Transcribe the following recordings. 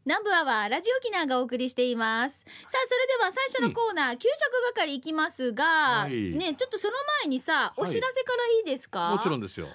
南部アワーラジオキナがお送りしています。さあそれでは最初のコーナー、給食係いきますが、 はいね、ちょっとその前にさ、お知らせからいいですか？ もちろんですよ。 はい、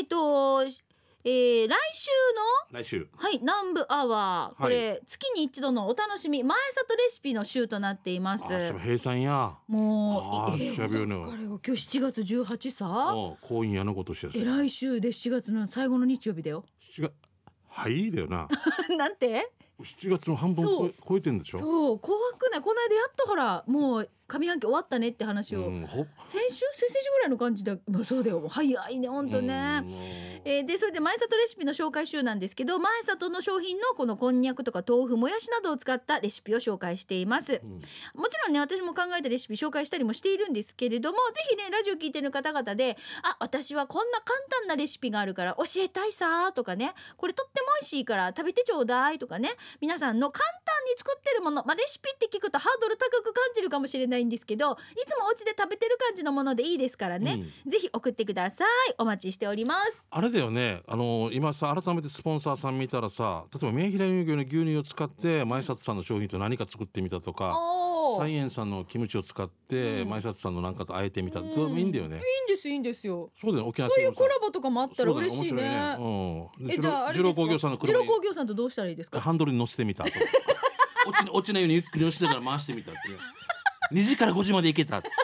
来週のはい、南部アワー、これ、月に一度のお楽しみ前里レシピの週となっています。 平さんやもうしゃべよね。 今日7月18さ、 婚姻やのことしやすい。 来週で7月の最後の日曜日だよ。 はいだよななんて 7月の半分超えてんでしょ。 そう怖くない？この間やっとほらもう上半期終わったねって話を、先々週ぐらいの感じで、そうだよ、早いね本当ね。でそれで前里レシピの紹介集なんですけど、前里の商品のこのこんにゃくとか豆腐もやしなどを使ったレシピを紹介しています。もちろんね、私も考えたレシピ紹介したりもしているんですけれども、ぜひねラジオ聞いてる方々で、私はこんな簡単なレシピがあるから教えたいさとかね、これとっても美味しいから食べてちょうだいとかね、皆さんの簡単に作ってるもの、レシピって聞くとハードル高く感じるかもしれないんですけど、いつもお家で食べてる感じのものでいいですからね、ぜひ送ってください。お待ちしております。 あれだよね、今さ改めてスポンサーさん見たらさ、例えば明平乳業の牛乳を使って前里さんの商品と何か作ってみたとか、サイエンさんのキムチを使って前里さんの何かとあえてみた、どうもいいんだよね。 いいんですよ。 そうだよ、沖縄そういうコラボとかもあったら嬉しいね。 じゃあ二郎工業さんの車に、 二郎工業さんとどうしたらいいですか？ ハンドルに乗せてみたとか落ちないようにゆっくり押してから回してみたって2時から5時まで行けた角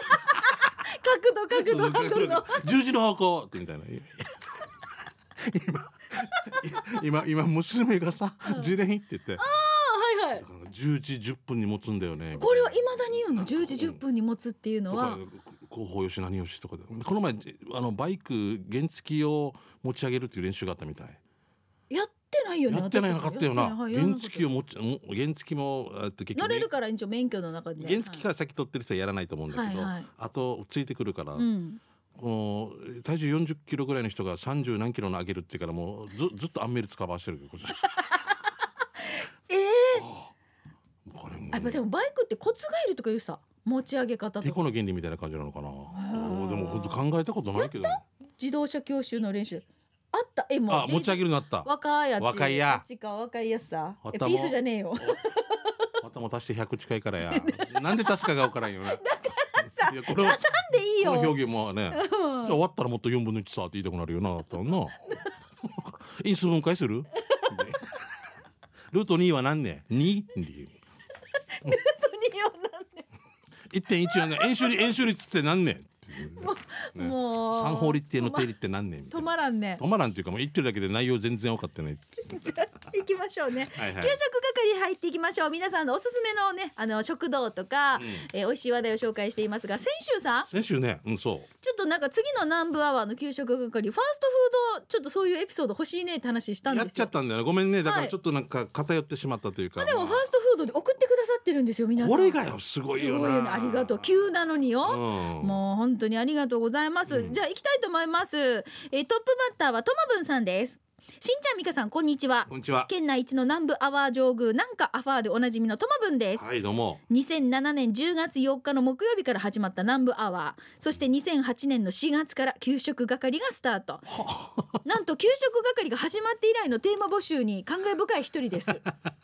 度 10時の方向ってみたいな今娘がさジレンって言って、10時10分に持つんだよね。 これは未だに言うの10時10分に持つっていうのは、 広報よし何よしとかで、この前バイク原付を持ち上げるっていう練習があったみたい。 やってないよね。 やってないなかったよな。原付も結局乗れるから一応免許の中で、 原付から先取ってる人はやらないと思うんだけど、あとついてくるから、この体重40キロぐらいの人が30何キロの上げるっていうから、もうずっとアンメルツカバーしてるこれでもバイクってコツがいるとかいうさ、持ち上げ方とかテコの原理みたいな感じなのかな。でも本当考えたことないけど、 自動車教習の練習あった。 持ち上げるのあった。 若いやつ、 若いや若いやつさ、ピースじゃねえよ頭足して100近いからやなんで確かが分からんよね。だからさ、出さんでいいよ。 この表現もね、じゃあ終わったらもっと4分の1さって言いたくなるよなとな因数分解するルート2は何ね 2? ルート2は何ね 1.1 はね円周率って何ねもう三法律定の定理って何年止まらんね。 止まらんっていうか、もう言ってるだけで内容全然分かってない行きましょうね。給食係入っていきましょう。皆さんのおすすめのね、食堂とか、美味しい話題を紹介していますが、先週ね、そうちょっとなんか次の南部アワーの給食係、ファーストフードちょっとそういうエピソード欲しいねって話したんですよ。 やっちゃったんだよね、ごめんね。だからちょっとなんか偏ってしまったというか、 でもファーストフードで送ってくださってるんですよ、皆さん。 これがよすごいよな。 ありがとう。急なのによ、もう本当にありがとうございます。じゃあ行きたいと思います。トップバッターはとまぶんさんです。しんちゃんみかさん、こんにちは。 こんにちは。 県内一の南部アワー上宮なんかアファーでおなじみのとまぶんです。 はい、どうも。 2007年10月4日の木曜日から始まった南部アワー、そして2008年の4月から給食係がスタートなんと給食係が始まって以来のテーマ募集に感慨深い一人です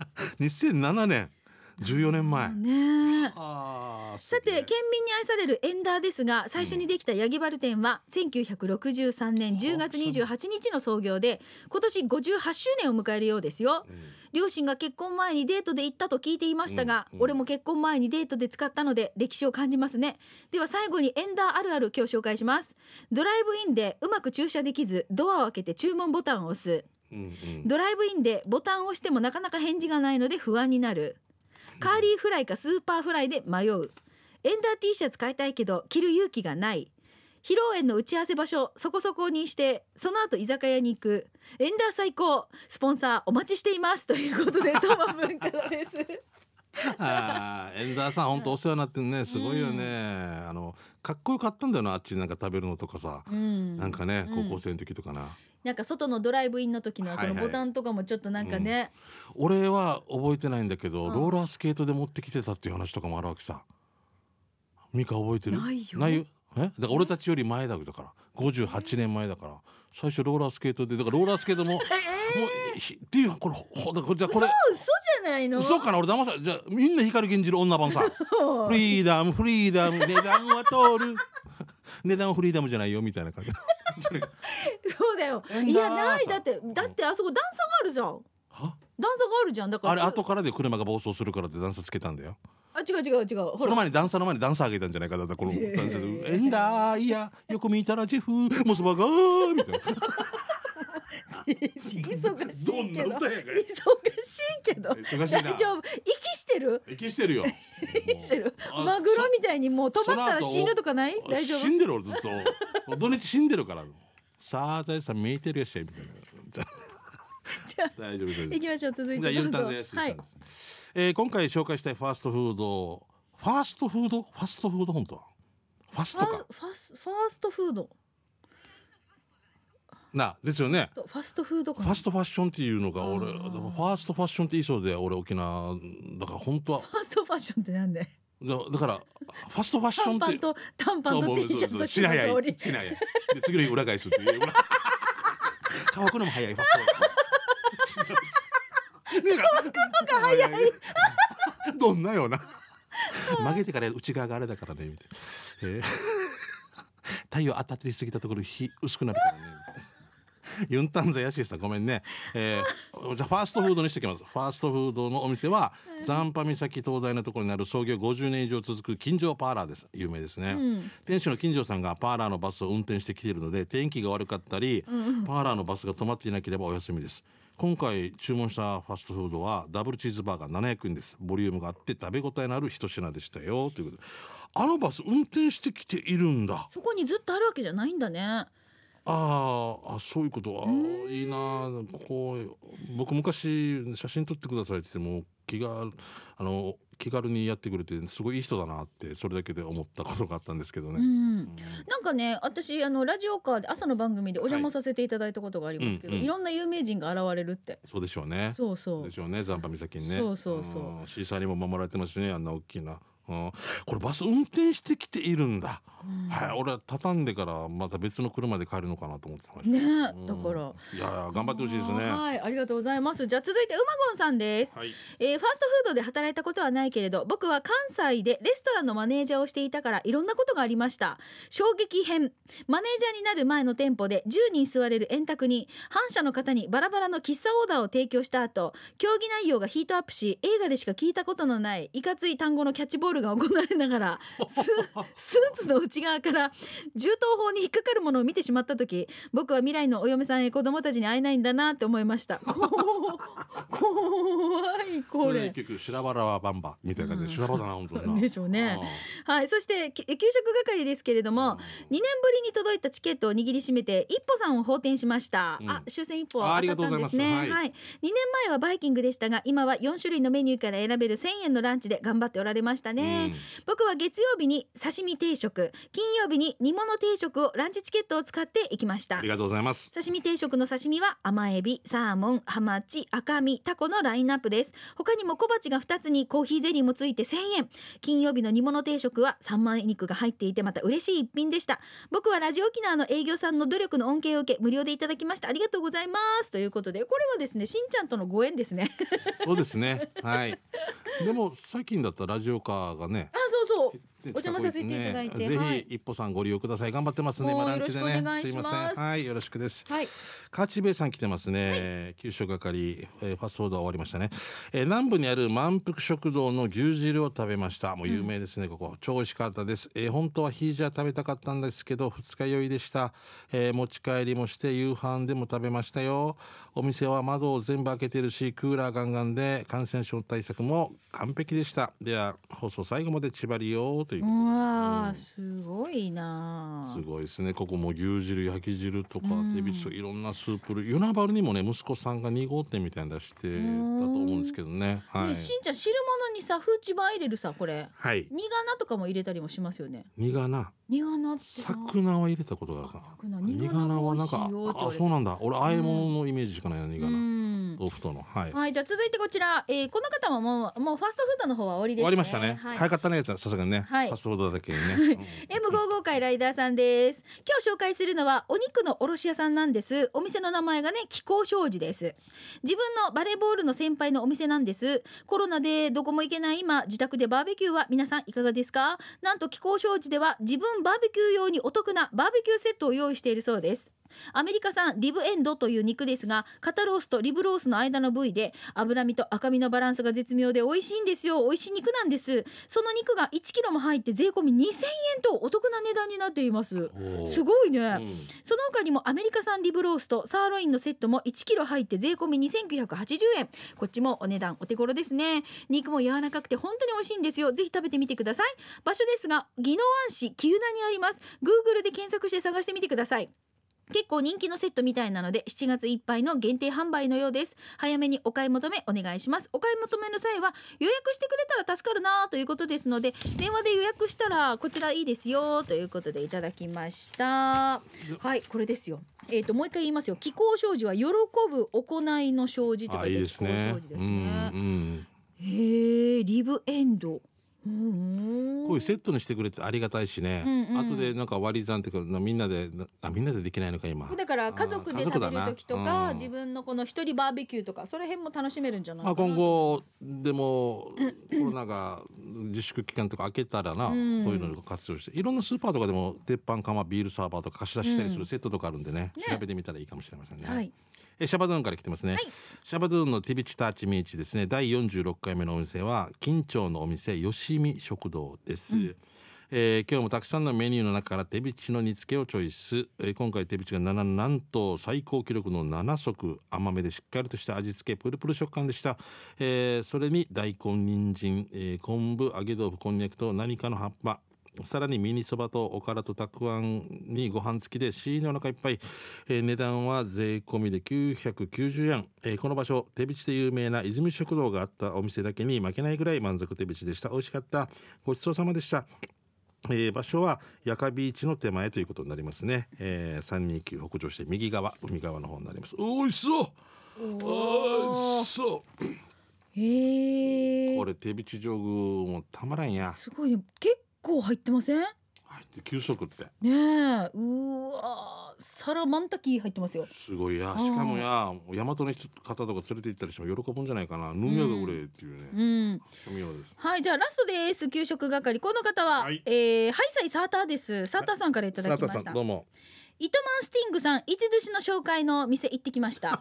2007年14年前ね。さて、県民に愛されるエンダーですが、最初にできたヤギバル店は1963年10月28日の創業で、今年58周年を迎えるようですよ。両親が結婚前にデートで行ったと聞いていましたが、俺も結婚前にデートで使ったので歴史を感じますね。では最後にエンダーあるある今日紹介します。ドライブインでうまく駐車できず、ドアを開けて注文ボタンを押す。ドライブインでボタンを押してもなかなか返事がないので不安になる。カーリーフライかスーパーフライで迷う。エンダー T シャツ買いたいけど着る勇気がない。披露宴の打ち合わせ場所そこそこにしてその後居酒屋に行く。エンダー最高。スポンサーお待ちしていますということでトマブンからですエンダーさん本当お世話になってるね。すごいよね、かっこよかったんだよな。あっちなんか食べるのとかさ、なんかね、高校生の時とかな、 なんか外のドライブインの時のこのボタンとかもちょっとなんかね、 俺は覚えてないんだけど、ローラースケートで持ってきてたっていう話とかもあるわけさ。ミカ覚えてる？ないよ。だから俺たちより前だから58年前だから、最初ローラースケートで、だからローラースケートももうっていうこれじゃこれ嘘じゃないの？ 嘘かな、俺騙され、じゃあみんな光源氏の女版さフリーダムフリーダム値段は通る値段はフリーダムじゃないよみたいな感じそうだよ。いやない、だってあそこ段差があるじゃん。 は段差があるじゃん。だからあれ後からで車が暴走するからって段差つけたんだよ。 あ、違うほらその前に段差の前に段差上げたんじゃないか。だったこの段差でエンダーいやよく見たらジェフモスバガーみたいな忙しいけどどんな歌やかい忙しいけど忙しいな。 大丈夫？息してる？ 息してるよ息してる。 あマグロみたいにもう飛ばったら死ぬとかない？大丈夫？ 死んでる俺ずっと土日死んでるからさあ大さん見えてるやしみたいなじゃあ大丈夫です。 行きましょう。続いじゃあユンてどうぞ。 タンでやしさんはい。 です。今回紹介したいファストフード本当はファストかファーストフードなですよね。 ファストフードかな。 ファストファッションっていうのが俺フあーァーストファッションって言いそうで俺沖縄だから本当はファーストファッションってなんで？ だからファストファッションって短パンと T シャツとしない早いりしない早いで次の日裏返すっていう乾くのも早いファスト乾くのが早いどんなような曲げてから内側があれだからねみたいな、太陽当たりすぎたところ日薄くなるからねユンタンザヤシーさんごめんね、じゃあファーストフードにしてきます。ファーストフードのお店は残波岬東大のところにある創業50年以上続く金城パーラーです。有名ですね、店主の金城さんがパーラーのバスを運転してきているので天気が悪かったり、パーラーのバスが止まっていなければお休みです。今回注文したファストフードはダブルチーズバーガー700円です。ボリュームがあって食べ応えのある一品でしたよということで、あのバス運転してきているんだ。 そこにずっとあるわけじゃないんだね。 そういうことはいいな。こう僕昔写真撮ってくださいって言っても気軽にやってくれてすごいいい人だなってそれだけで思ったことがあったんですけどね、 なんかね私ラジオカーで朝の番組でお邪魔させていただいたことがありますけど、いろんな有名人が現れるって。 そうでしょうね。 そうそうでしょうね。残波岬にね。 そうシーサーにも守られてますしね、あんな大きな。これバス運転してきているんだ、俺は畳んでからまた別の車で帰るのかなと思ってましたね。だからいや頑張ってほしいですね。 はい、ありがとうございます。じゃあ続いてうまごんさんです、ファーストフードで働いたことはないけれど僕は関西でレストランのマネージャーをしていたからいろんなことがありました。衝撃編、マネージャーになる前の店舗で10人座れる円卓に反社の方にバラバラの喫茶オーダーを提供した後、競技内容がヒートアップし映画でしか聞いたことのないいかつい単語のキャッチボールが行われながらスーツの内側から銃刀法に引っかかるものを見てしまった時、僕は未来のお嫁さんへ子供たちに会えないんだなって思いました。怖いこれ。 結局白バラはバンバみたいな感じで白バラだな本当になでしょうね。はい、そして給食係ですけれども、2年ぶりに届いたチケットを握りしめて一歩さんを奉天しました、終戦一歩は当たったんですね。2年前はバイキングでしたが今は4種類のメニューから選べる1000円のランチで頑張っておられましたね。僕は月曜日に刺身定食、金曜日に煮物定食をランチチケットを使っていきました。 ありがとうございます。 刺身定食の刺身は甘エビ、サーモン、ハマチ、赤身、タコのラインナップです。他にも小鉢が2つにコーヒーゼリーもついて1000円。金曜日の煮物定食は三枚肉が入っていてまた嬉しい一品でした。僕はラジオ沖縄の営業さんの努力の恩恵を受け無料でいただきました。ありがとうございますということで、これはですねしんちゃんとのご縁ですね。 そうですね、はい。でも最近だったらラジオカーがね、 そうお邪魔させていただいて、 ぜひ一歩さんご利用ください。頑張ってますね今ランチでね。 よろしくお願いします。 すいません、はいよろしくです。 はい、 カチベイさん来てますね、給食係、ファストフードは終わりましたね。南部にある満腹食堂の牛汁を食べました。もう有名ですね、ここ超美味しかったです。本当はヒージャー食べたかったんですけど二日酔いでした。持ち帰りもして夕飯でも食べましたよ。お店は窓を全部開けてるしクーラーガンガンで感染症対策も完璧でした。では放送最後まで千葉りよということで。 うわすごいな。 すごいですね。ここも牛汁焼き汁とか手びちとかいろんなスープ類、与那原にもね息子さんが2号店みたいなの出してたと思うんですけどね。はい、 しんちゃん汁物にさフーチバー入れるさこれ、 はい、 煮ガナとかも入れたりもしますよね。 煮ガナって魚は入れたことがあるかな。煮ガナはなんかそうなんだ。俺和え物のイメージしかないな、煮ガナ。 豆腐との、はい、 はい、じゃあ続いてこちら、この方ももうファストフードの方は終わりですね。 終わりましたね、 はい、 早かったね、さすがにね、 はい、 ファストフードだけにね M55 回ライダーさんです。今日紹介するのはお肉の卸屋さんなんです。お店の名前がね、気候商事です。自分のバレーボールの先輩のお店なんです。コロナでどこも行けない今、自宅でバーベキューは皆さんいかがですか？なんと気候商事では自分バーベキュー用にお得なバーベキューセットを用意しているそうです。アメリカ産リブエンドという肉ですが、肩ロースとリブロースの間の部位で脂身と赤身のバランスが絶妙で美味しいんですよ。美味しい肉なんです。その肉が1キロも入って税込み2000円とお得な値段になっています。すごいね、その他にもアメリカ産リブロースとサーロインのセットも1キロ入って税込み2980円。こっちもお値段お手頃ですね。肉も柔らかくて本当に美味しいんですよ。ぜひ食べてみてください。場所ですが宜野湾市喜友名にあります。 Google で検索して探してみてください。結構人気のセットみたいなので7月いっぱいの限定販売のようです。早めにお買い求めお願いします。お買い求めの際は予約してくれたら助かるなということですので、電話で予約したらこちらいいですよということでいただきました。はい、これですよ。もう一回言いますよ。気候商事は喜ぶ行いの商事って書いていいですね。 気候商事ですね。リブエンド、 こういうセットにしてくれてありがたいしね、後でなんか割り算っていうかみんなでできないのか今。 だから家族で食べる時とか、自分のこの一人バーベキューとかその辺も楽しめるんじゃないかな。 今後でもコロナが自粛期間とか明けたらな、こういうのを活用していろんなスーパーとかでも鉄板釜ビールサーバーとか貸し出したりするセットとかあるんでね、調べてみたらいいかもしれませんね。はい、シャバドゥンから来てますね。シャバドゥンのティビチターチミーチですね。第46回目のお店は金町のお店よしみ食堂です。今日もたくさんのメニューの中からテビチの煮付けをチョイス。今回テビチがなんと最高記録の7足、甘めでしっかりとした味付け、プルプル食感でした。それに大根、人参、昆布、揚げ豆腐、こんにゃくと何かの葉っぱ、さらにミニそばとおからとたくあんにご飯付きでシーのお腹いっぱい、値段は税込みで990円、この場所手びちで有名な泉食堂があったお店だけに負けないぐらい満足手びちでした。美味しかった。ごちそうさまでした。場所はヤカビーチの手前ということになりますね。329北上して右側、海側の方になります。おいしそう、おいしそう。これ手びち上具もたまらんや。 すごい、結構入ってません？ 入って給食ってねえ、うわ皿マンタキー入ってますよ。 すごいや。しかもや大和の方とか連れて行ったりしても喜ぶんじゃないかな。飲み屋が売れっていうね。はい、じゃあラストです。給食係、この方は、ハイサイサーターです。サーターさんからいただきました。 どうも。 糸満スティングさん、いつ寿司の紹介の店行ってきました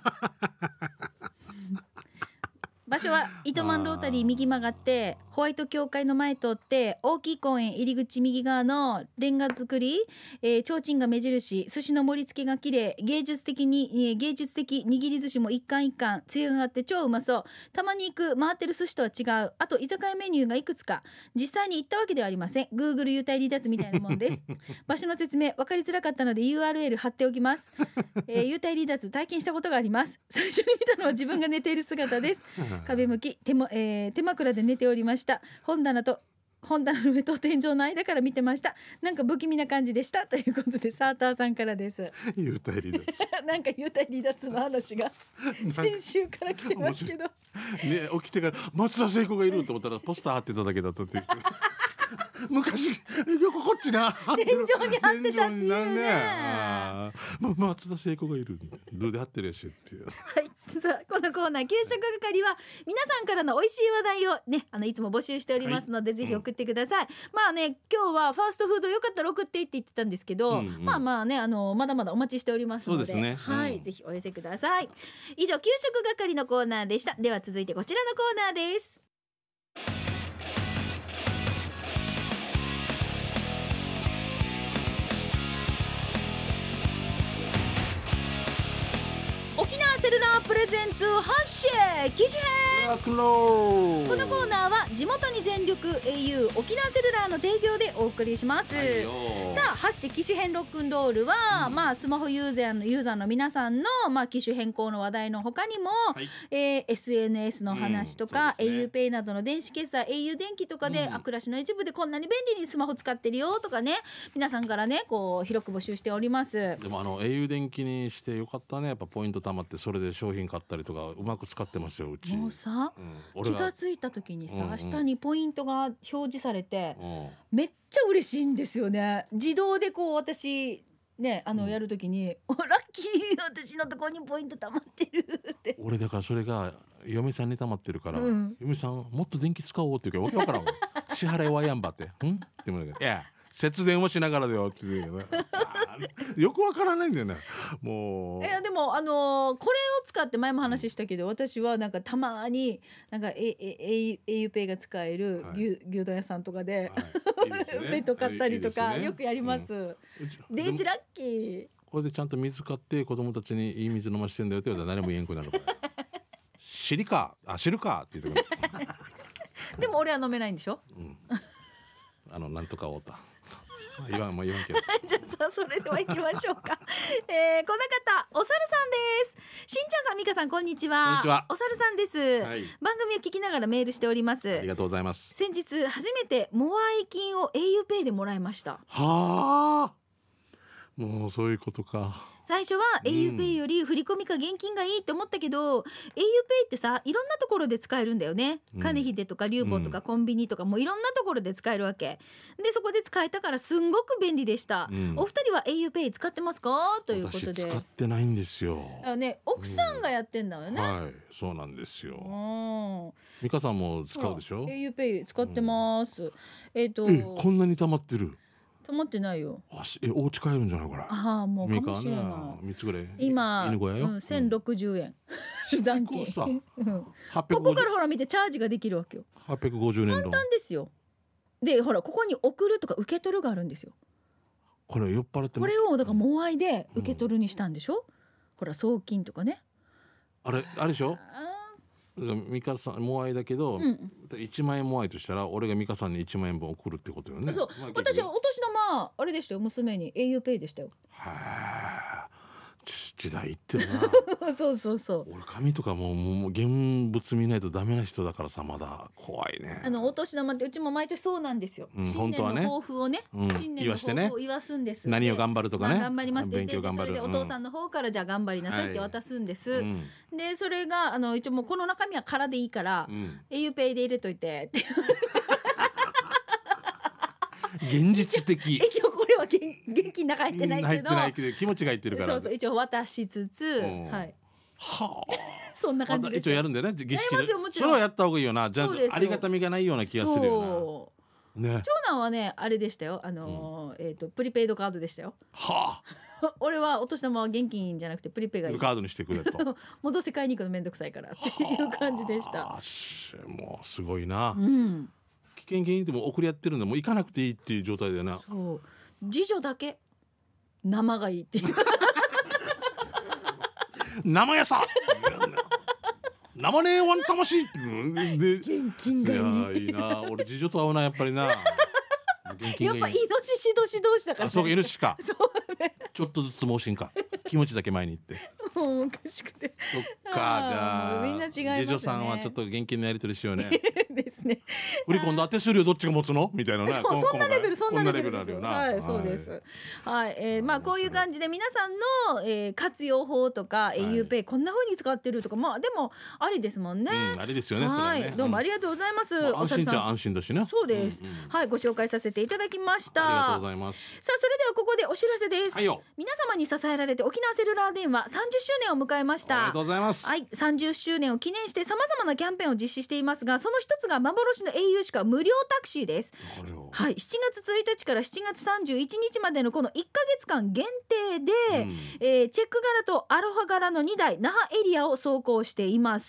場所は糸満ロータリー右曲がってホワイト教会の前通って大きい公園入り口右側のレンガ造り、提灯が目印、寿司の盛り付けが綺麗、芸術的握り寿司も一貫一貫つゆがあって超うまそう。たまに行く回ってる寿司とは違う。あと居酒屋メニューがいくつか。実際に行ったわけではありません。 Google 幽体離脱みたいなもんです場所の説明分かりづらかったので URL 貼っておきます、幽体離脱体験したことがあります。最初に見たのは自分が寝ている姿です壁向き手枕で寝ておりました。本棚の上と天井の間から見てました。なんか不気味な感じでしたということでサーターさんからです。 幽体離脱なんか幽体離脱の話が先週から来てますけどね、 起きてから松田聖子がいると思ったらポスター貼ってただけだったっていう昔よくこっちな天井に貼ってたっていうね。松田聖子がいるどうで貼ってるやしっていう。はい、 さあこのコーナー給食係は皆さんからの美味しい話題をねいつも募集しておりますので、ぜひ送ってください。まあね、今日はファーストフードよかったら送っていって言ってたんですけど、まあねまだまだお待ちしておりますので、 そうですね、 はい、ぜひお寄せください。以上給食係のコーナーでした。では続いてこちらのコーナーです。沖縄セルラープレゼンツ発信機種編。 ロックンロール。 このコーナーは地元に全力 au 沖縄セルラーの提供でお送りします、さあハッシュ機種変ロックンロールは、スマホユーザーの皆さんの、機種変更の話題の他にも、SNS の話とか、auPay などの電子決済 au 電気とかで、暮らしの一部でこんなに便利にスマホ使ってるよとかね、皆さんからねこう広く募集しております。 でもau 電気にしてよかったね。やっぱポイント貯まってそれで商品買ったりとかうまく使ってますようち。 もうさ、気がついた時にさ、下にポイントが表示されて、めっちゃ嬉しいんですよね。自動でこう私ねやる時にラッキー私のところにポイント貯まってるって。 俺だからそれが嫁さんに貯まってるから、嫁さんもっと電気使おうって言うからわけわからん支払いはやんばってって言うのいや節電をしながらだよって言うねよくわからないんだよねもう。 でもこれを使って前も話したけど、私はなんかたまになんかauPay が使える牛丼屋さんとかで弁当買ったりとかよくやります。デジラッキー。 これでちゃんと水買って子供たちにいい水飲ましてんだよって言われたら誰も言えんくなるから知るかって言ってくるでも俺は飲めないんでしょ、 なんとかおった言わんけどじゃあそれでは行きましょうかこの方おさるさんです。しんちゃんさん、みかさん、こんにちは。 こんにちは。 おさるさんです、番組を聞きながらメールしております。 ありがとうございます。 先日初めてモアイ金を auPay でもらいました。 はあ、もうそういうことか。 最初は auPay より振り込みか現金がいいって思ったけど、auPay ってさいろんなところで使えるんだよね。金秀とかリュウボとかコンビニとかもういろんなところで使えるわけで、そこで使えたからすんごく便利でした、お二人は auPay 使ってますかということで。 私使ってないんですよ。 奥さんがやってんだよね、 はい、そうなんですよ。美香さんも使うでしょ。 auPay 使ってます、 こんなに溜まってる。 溜まってないよ。 お家帰るんじゃないこれ。 もうかもしれない。 3つぐらい今犬小屋よ、 1060円残金さここからほら見てチャージができるわけよ。 850年簡単ですよ。でほらここに送るとか受け取るがあるんですよ。 これ酔っ払ってこれをだからモアイで受け取るにしたんでしょ、ほら送金とかね。 あれでしょ。美香さんモアイだけど、1万円モアイとしたら俺が美香さんに1万円分送るってことよね。 そう、私はお年玉あれでしたよ、娘に auPay でしたよ。 時代いってるなそう俺紙とかもう現物見ないとダメな人だからさ、まだ怖いね。 お年玉ってうちも毎年そうなんですよ、新年の抱負をね、新年の抱負を言わすんです。 何を頑張るとかね、 頑張りますって言って、それでお父さんの方からじゃあ頑張りなさいって渡すんです、でそれが一応もうこの中身は空でいいから、auPay で入れといてって現実的一応これは現金中入ってないけど、 入ってないけど気持ちが入ってるから、 そう一応渡しつつ、そんな感じで一応やるんだよね、儀式で。 やりますよ、もちそろん。 れはやった方がいいよな。じゃあありがたみがないような気がするよな。 長男はねあれでしたよ、プリペイドカードでしたよ。俺はお年玉は現金じゃなくてプリペイがいい、 カードにしてくれともうどうせ買いに行くのめんどくさいからっていう感じでした。 もうすごいな、危険品でも送り合ってるんでもう行かなくていいっていう状態だよな。 そう次女だけ生がいいっていう生やさ生ねワン魂で現金がいいいいな。俺次女と合うなやっぱりなやっぱイノシシ同士同士だから、ね、 そうか、イノシシかそうね、 ちょっとずつ盲信か気持ちだけ前に行ってもうおかしくて。 そっか、じゃあみんな違いますね。 次女さんはちょっと現金のやり取りしようねですね。 振り込んだ手数料どっちが持つのみたいなね。 そんなレベル、そんなレベルですよ。 はい、そうです。はい、こういう感じで皆さんの、活用法とか auPay こんな風に使ってるとか、でもありですもんね。 ありですよね。 はい、どうもありがとうございます。 安心じゃ安心だしね。 そうです。はい、ご紹介させていただきました。 ありがとうございます。 さあ、それではここでお知らせです。 はいよ。 皆様に支えられて沖縄セルラー電話30周年を迎えました。 ありがとうございます。 はい、30周年を記念して様々なキャンペーンを実施していますが、その一つが幻の au しか無料タクシーです。はい、7月1日から7月31日までのこの1ヶ月間限定で、チェック柄とアロハ柄の2台那覇エリアを走行しています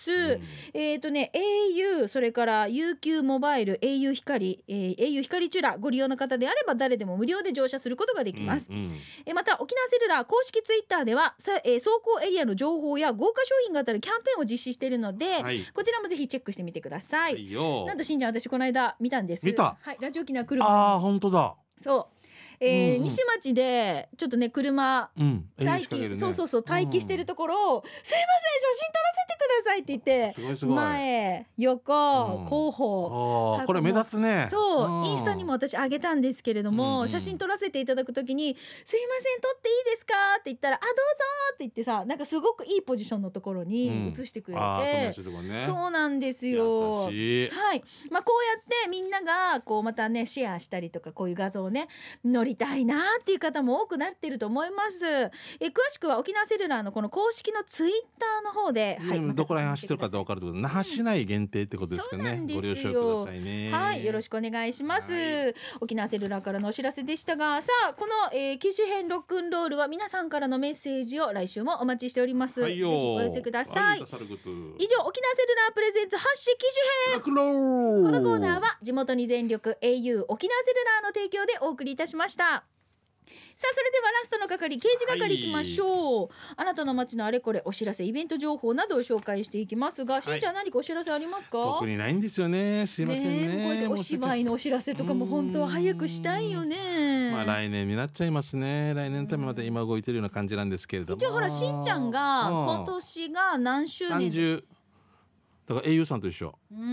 。au それから UQ モバイル au 光、au 光チュラご利用の方であれば誰でも無料で乗車することができます。また沖縄セルラー公式ツイッターでは、走行エリアの情報や豪華商品があったらキャンペーンを実施しているので、 はいこちらもぜひチェックしてみてください、 はいよ。 なんとしんちゃん、私この間見たんです。 見た。 はい、ラジオ機能車。 ああ本当だ。 そう、西町でちょっとね車待機、そう待機してるところを、すいません写真撮らせてくださいって言って、 すごいすごい。 前横、後方、 これ目立つね。 そう、インスタにも私上げたんですけれども、写真撮らせていただくときに、すいません撮っていいですかって言ったら、あどうぞって言ってさ、なんかすごくいいポジションのところに移してくれて、そうなんですよ。 優しい。 はい、こうやってみんながこうまたねシェアしたりとか、こういう画像をね乗りたいなっていう方も多くなっていると思います。詳しくは沖縄セルラーのこの公式のツイッターの方で、 どこら辺走ってるかって分かると、那覇市内限定ってことですかね。ご了承くださいね。 はい、よろしくお願いします。沖縄セルラーからのお知らせでしたが、さあこの、機種編ロックンロールは皆さんからのメッセージを来週もお待ちしております。ぜひお寄せください。以上、沖縄セルラープレゼンツ発信機種編。このコーナーは地元に全力 au 沖縄セルラーの提供でお送りいたしました。さあそれではラストの係、刑事係いきましょう、あなたの街のあれこれ、お知らせイベント情報などを紹介していきますが、しんちゃん何かお知らせありますか？ 特にないんですよね。すいませんね。 こうやってお芝居のお知らせとかも本当は早くしたいよね。 来年になっちゃいますね。来年のためまた今動いてるような感じなんですけれども、 一応ほらしんちゃんが今年が何周年 30だから au さんと一緒。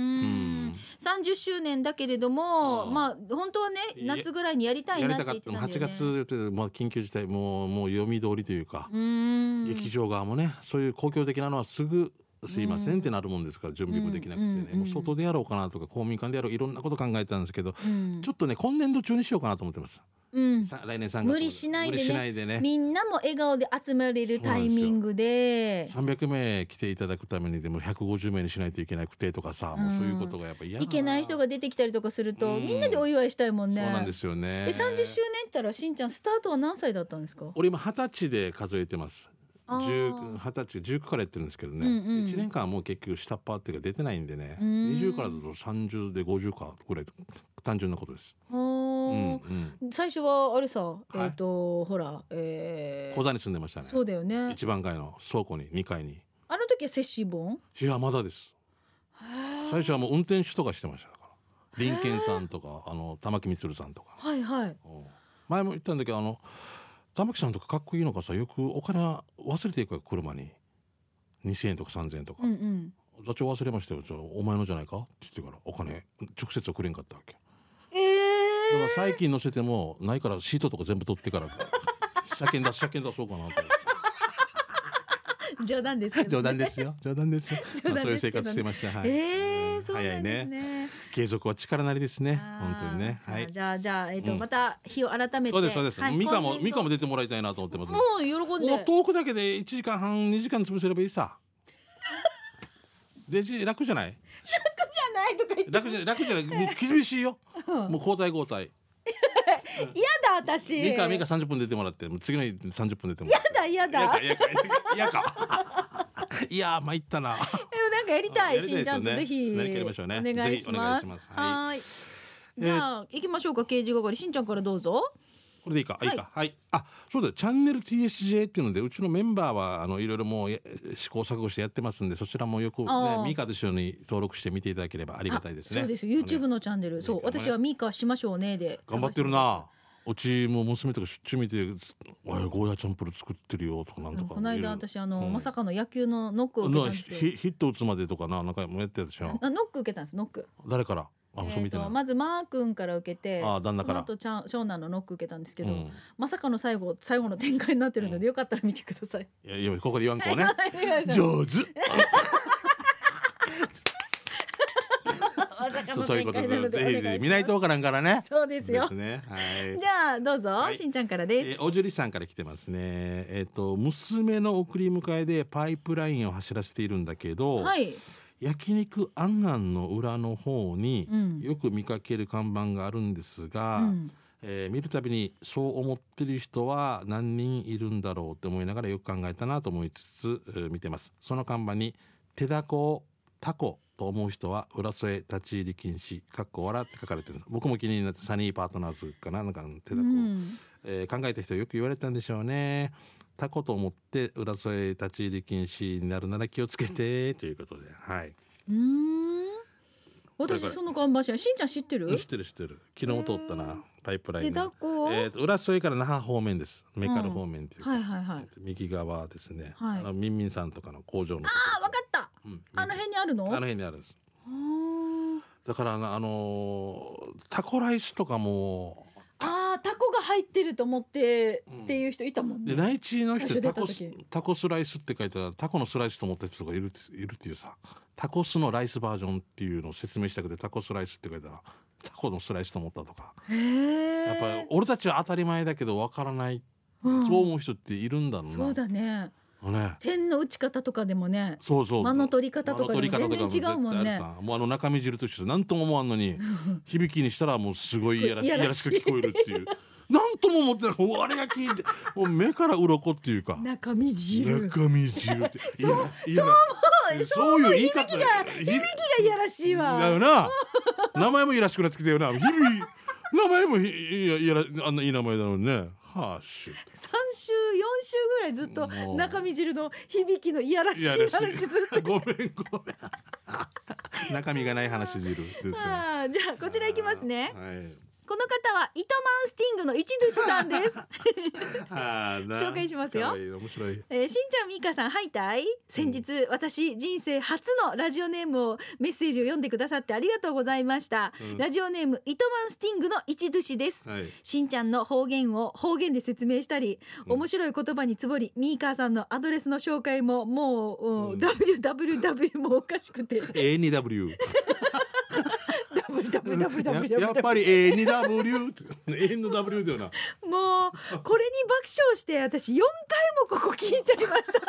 30周年だけれども、本当はね夏ぐらいにやりたいなって言ってたんだよね。 8月予定で、緊急事態もう読み通りというか、劇場側もねそういう公共的なのはすぐすいませんってなるもんですから、準備もできなくてね、もう外でやろうかなとか公民館でやろう、いろんなこと考えたんですけど、ちょっとね今年度中にしようかなと思ってます。来年3月無理しないでね、みんなも笑顔で集まれるタイミングで 300名来ていただくためにでも150名にしないといけなくてとかさ、もうそういうことがやっぱり嫌だな。 いけない人が出てきたりとかすると、みんなでお祝いしたいもんね。 そうなんですよね。 30周年ったらしんちゃんスタートは何歳だったんですか？ 俺今20歳で数えてます。20歳19からやってるんですけどね、1年間はもう結局下っ端っていうか出てないんでね、20からだと30で50かぐらい、単純なことです。 最初はあれさ、ほら、 小座に住んでましたね。 そうだよね。 一番階の倉庫に2階に。 あの時はセッシーボン？ いやまだです。最初はもう運転手とかしてましたから、林健さんとか玉木充さんとか。 はいはい。 前も言ったんだけど玉木さんとかかっこいいのかさ、よくお金忘れていくから車に2000円とか3000円とか、座長忘れましたよ、お前のじゃないかって言ってからお金直接送れんかったわけ。だから最近乗せてもないからシートとか全部取ってから車検出そうかなって冗談ですけどね。 冗談ですよ。そういう生活してました。はい。 そうなんですね。 継続は力なりですね。本当にね。 はい。じゃあまた日を改めて。 そうです。ミカも出てもらいたいなと思ってます。 もう喜んで。 トークだけで1時間半2時間潰せればいいさ。楽じゃない？ とか言って。 楽じゃない。厳しいよ。もう交代。 嫌だ私。 ミカ30分出てもらって、次の日30分出てもらって。嫌だ。 嫌か。いや参ったな。 なんかやりたい。しんちゃんとぜひお願いします。はい。じゃあ行きましょうか。刑事係、しんちゃんからどうぞ。 これでいいか。はい。そうだ、チャンネル TSJ っていうのでうちのメンバーはいろいろもう試行錯誤してやってますんで、そちらもよくねミカと一緒に登録して見ていただければありがたいですね。 そうです。YouTube のチャンネル。そう、私はミカしましょうねで頑張ってるな。うちも娘とかしょっちゅう見て、ゴーヤチャンプル作ってるよとかなんとか。 この間私まさかの野球のノックを受けたんですよ。 ヒット打つまでとかなんかもやってたでしょ。 ノック受けたんです。ノック。 誰から？そう見てない。 まずマー君から受けて、 旦那から。 あと長男のノック受けたんですけど、まさかの最後の展開になってるので、よかったら見てください。 いやここで言わんこね。上手。そういうことでぜひ見ないとわからんからね。 そうですよ。 じゃあどうぞ、しんちゃんからです。 おじゅりさんから来てますね。娘の送り迎えでパイプラインを走らせているんだけど、焼肉あんあんの裏の方によく見かける看板があるんですが、見るたびにそう思ってる人は何人いるんだろうって思いながらよく考えたなと思いつつ見てます。その看板に手だこをタコと思う人は裏添え立ち入り禁止かっこ笑って書かれてるんです。僕も気になってサニーパートナーズかなんか手だこ、考えた人はよく言われたんでしょうね。 タコと思って浦添立ち入り禁止になるなら気をつけてということで、はい。 私その看板しんちゃん知ってる？ 知ってる昨日も通ったな、パイプラインタコ、 浦添から那覇方面です。メカル方面っていうか、 はいはいはい、 右側ですね、 はい、 ミンミンさんとかの工場のところ。わかった、あの辺にあるの？あの辺にあるんです。だからタコライスとかもタコが入ってると思ってっていう人いたもんね。 で内地の人タコスライスって書いてある、タコのスライスと思った人がいるっていうさ、タコスのライスバージョンっていうのを説明したくてタコスライスって書いてある、タコのスライスと思ったとか。やっぱり俺たちは当たり前だけどわからない、そう思う人っているんだろうな。 そうだね。点の打ち方とかでもね、間の取り方とかでも全然違うもんね。 もう中身汁と一緒で何とも思わんのに響きにしたらもうすごいいやらしく聞こえるっていう何とも思ってない、あれが聞いてもう目から鱗っていうか、 中身汁ってそういう言い方、 響きがいやらしいわだよな。名前もいやらしくなってきたよな。名前もあんないい名前だのにね。3週4 週ぐらいずっと中身汁の響きのいやらしい話ずっとごめん中身がない話汁ですよ。じゃあこちらいきますね。この方は糸満スティングの一寿司さんです紹介しますよ。 面白い。 しんちゃんみーかさん、はいたい。先日、私人生初のラジオネームをメッセージを読んでくださってありがとうございました、ラジオネーム糸満スティングの一寿司です、しんちゃんの方言を方言で説明したり、面白い言葉につぼり、みーかさんのアドレスの紹介ももう、www もおかしくて A2W やっぱり A2W N-W だよな。 もうこれに爆笑して私4回もここ聞いちゃいました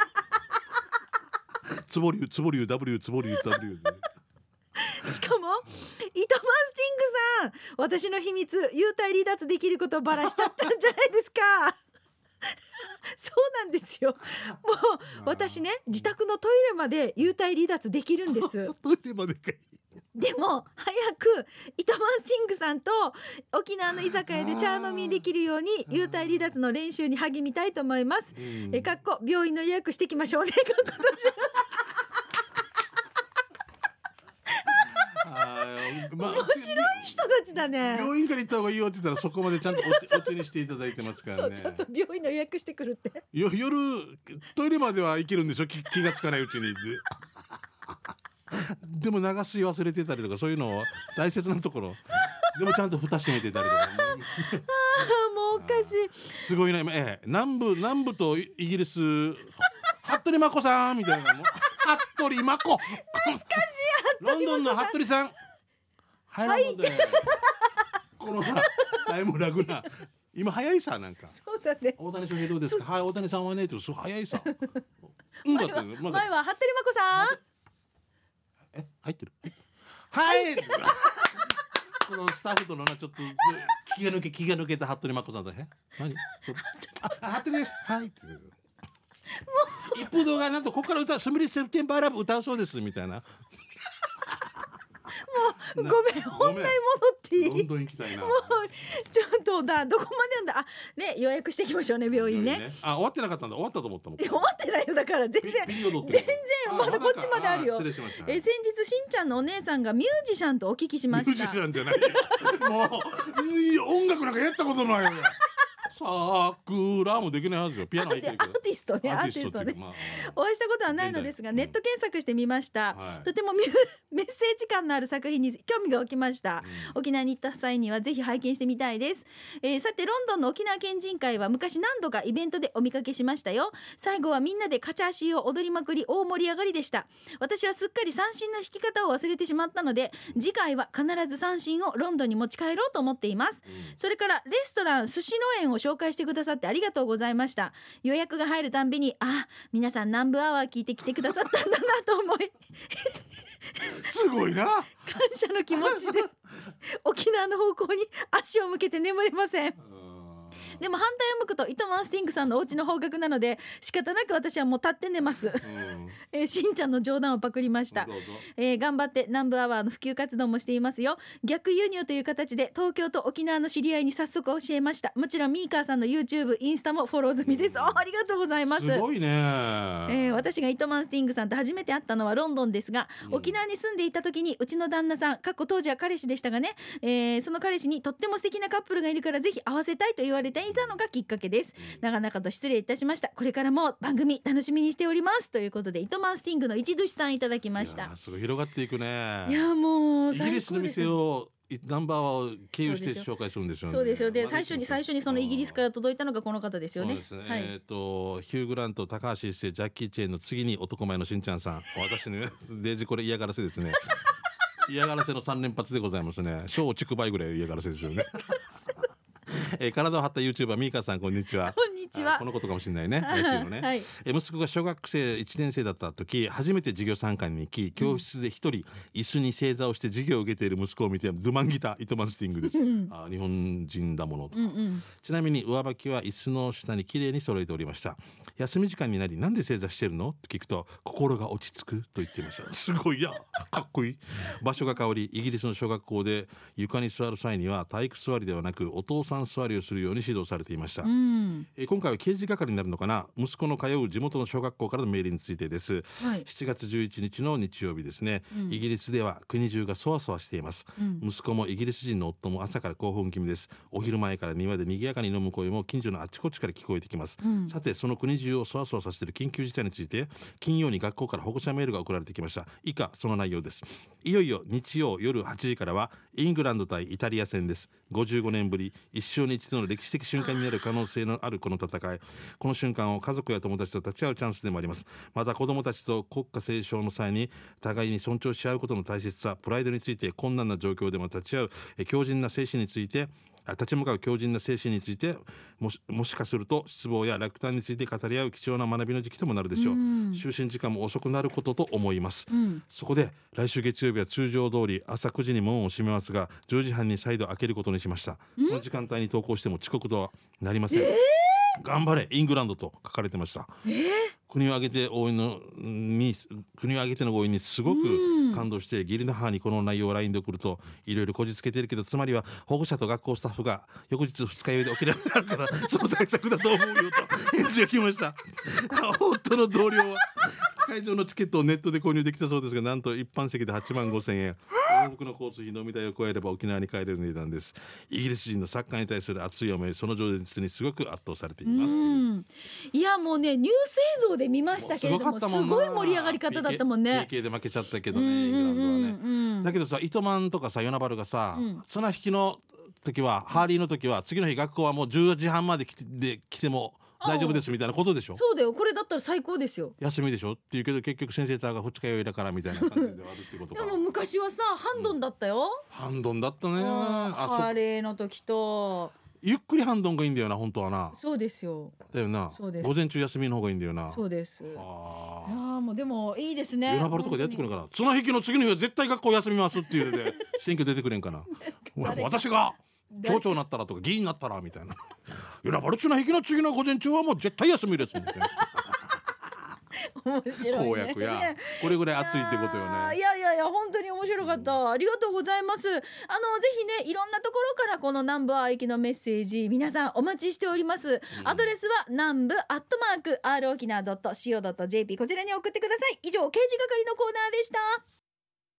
つぼりゅう W つぼりゅう W しかも糸満スティングさん、私の秘密幽体離脱できることをバラしちゃったんじゃないですかそうなんですよ。もう私ね、自宅のトイレまで幽体離脱できるんですトイレまでかい。 でも早く糸満スティングさんと沖縄の居酒屋で茶飲みできるように幽体離脱の練習に励みたいと思います。かっこ病院の予約していきましょうね今年面白い人たちだね。 病院から行った方がいいよって言ったらそこまでちゃんとおちにしていただいてますからね。 ちょっと病院の予約してくるって夜トイレまでは行けるんでしょ、気がつかないうちにでも流し忘れてたりとか、そういうの大切なところでもちゃんと蓋閉めてたりとかもうおかしい。 すごいね、南部とイギリス服部真子さんみたいなの服部真子懐かしい。 ロンドンの服部さん、はい、このタイムラグな今早いさ、なんかそうだね。 大谷翔平どうですか、はい大谷さんはねってすごい早いさだって、 前は服部真子さん入ってるはいこのスタッフとのちょっと気が抜けた服部真子さんだね。何服部ですはいって一風堂がなんとここから歌うスミリセプテンバーラブ歌うそうですみたいなもうごめん、本題戻っていい？ ロンドン行きたいな。 もうちょっとどこまで読んだ。ね、予約していきましょうね、病院ね。 終わってなかったんだ。終わったと思ったもん。 終わってないよ、だから全然まだこっちまであるよ。 失礼しました。 先日しんちゃんのお姉さんがミュージシャンとお聞きしました。 ミュージシャンじゃないもう音楽なんかやったことないよさくらもできないはずよ。ピアノ入ってるけど。 アーティストね。お会いしたことはないのですが、ネット検索してみました。とてもメッセージ感のある作品に興味が起きました。沖縄に行った際にはぜひ拝見してみたいです。さてロンドンの沖縄県人会は昔何度かイベントでお見かけしましたよ。最後はみんなでカチャーシーを踊りまくり大盛り上がりでした。私はすっかり三振の弾き方を忘れてしまったので、次回は必ず三振をロンドンに持ち帰ろうと思っています。それからレストラン寿司農園を紹介してくださってありがとうございました。予約が入るたんびに皆さん南部アワー聞いてきてくださったんだなと思いすごいな、感謝の気持ちで沖縄の方向に足を向けて眠れません。 でも反対を向くと糸満スティングさんのお家の方角なので仕方なく私はもう立って寝ます、しんちゃんの冗談をパクりました。 どうぞ頑張って南部アワーの普及活動もしていますよ。逆輸入という形で東京と沖縄の知り合いに早速教えました。もちろんミーカーさんの YouTube インスタもフォロー済みです。ありがとうございます。 すごいね、 私が糸満スティングさんと初めて会ったのはロンドンですが、沖縄に住んでいた時にうちの旦那さん当時は彼氏でしたがね、その彼氏にとっても素敵なカップルがいるからぜひ会わせたいと言われていたのがきっかけです。長々と失礼いたしました。これからも番組楽しみにしておりますということで糸満スティングの一寿司さんいただきました。 すごい広がっていくね。 いやもうイギリスの店をナンバーを経由して紹介するんですよね。 そうですよ。で最初にそのイギリスから届いたのがこの方ですよね。 そうですね、ヒュー・グラント、高橋一生、ジャッキー・チェーンの次に男前のしんちゃんさん。私ねデージこれ嫌がらせですね。嫌がらせの3連発でございますね。小畜梅ぐらい嫌がらせですよね。体を張った YouTuber ミーカさん、こんにちは。 こんにちは。 このことかもしれないね。ね息子が小学生1年生だった時、初めて授業参観に行き、教室で一人椅子に正座をして授業を受けている息子を見てドゥマンギタ糸満スティングです、日本人だものとか、ちなみに上履きは椅子の下にきれいに揃えておりました。休み時間になり、なんで正座してるのと聞くと、心が落ち着くと言っていました。すごいや、かっこいい。場所が変わり、イギリスの小学校で床に座る際には体育座りではなくお父さん座りをするように指導されていました。今回は刑事係になるのかな。息子の通う地元の小学校からの命令についてです、7月11日の日曜日ですね、イギリスでは国中がそわそわしています、息子もイギリス人の夫も朝から興奮気味です。お昼前から庭で賑やかに飲む声も近所のあちこちから聞こえてきます、さてその国中をそわそわさせている緊急事態について、金曜に学校から保護者メールが送られてきました。以下その内容です。いよいよ日曜夜8時からはイングランド対イタリア戦です。55年ぶり一生に一度の歴史的瞬間になる可能性のあるこの戦い、この瞬間を家族や友達と立ち会うチャンスでもあります。また子どもたちと国歌斉唱の際に互いに尊重し合うことの大切さ、プライドについて、困難な状況でも立ち会う強靭な精神について、立ち向かう強靭な精神について、もしかすると失望や落胆について語り合う貴重な学びの時期ともなるでしょう。就寝時間も遅くなることと思います、そこで来週月曜日は通常通り朝9時に門を閉めますが、10時半に再度開けることにしました。その時間帯に投稿しても遅刻とはなりません、頑張れイングランドと書かれてました。国を挙げての応援にすごく感動して、義理の母にこの内容を LINE で送ると、いろいろこじつけてるけど、つまりは保護者と学校スタッフが翌日二日酔いで起きれなくなるからその対策だと思うよと返事が来ました。夫の同僚は会場のチケットをネットで購入できたそうですが、なんと一般席で8万5千円、往復の交通費飲み代を加えれば沖縄に帰れる値段です。イギリス人のサッカーに対する熱い思い、その情熱にすごく圧倒されています。 いやもうね、ニュース映像で見ましたけれども、すごい盛り上がり方だったもんね。 PK で負けちゃったけどね、イングランドはね、だけどさ、糸満とかさ、与那原がさ、綱引きの時は、ハーリーの時は次の日学校はもう10時半まで来ても大丈夫ですみたいなことでしょ。 そうだよ、これだったら最高ですよ。 休みでしょって言うけど、結局先生とが二日酔いだからみたいな感じではあるってことか。 でも昔はさ、ハンドンだったよ、 ハンドンだったね。 ハーレーの時とゆっくりハンドンがいいんだよな、本当はな。 そうですよ。 だよな。 そうです。 午前中休みの方がいいんだよな。 そうです。いやもうでもいいですね。 与那原とかでやってくれんかな。綱引きの次の日は絶対学校休みますっていうので選挙出てくれんかな。私が町長になったらとか議員になったらみたいな。与那原綱引きの次の午前中はもう絶対休みですみたいな。 面白いね。 公約やこれぐらい熱いってことよね。 いや本当に面白かった、ありがとうございます。ぜひね、いろんなところからこの南部アイキのメッセージ皆さんお待ちしております、アドレスは南部@r沖縄.co.jp、 こちらに送ってください。以上、刑事係のコーナーでした。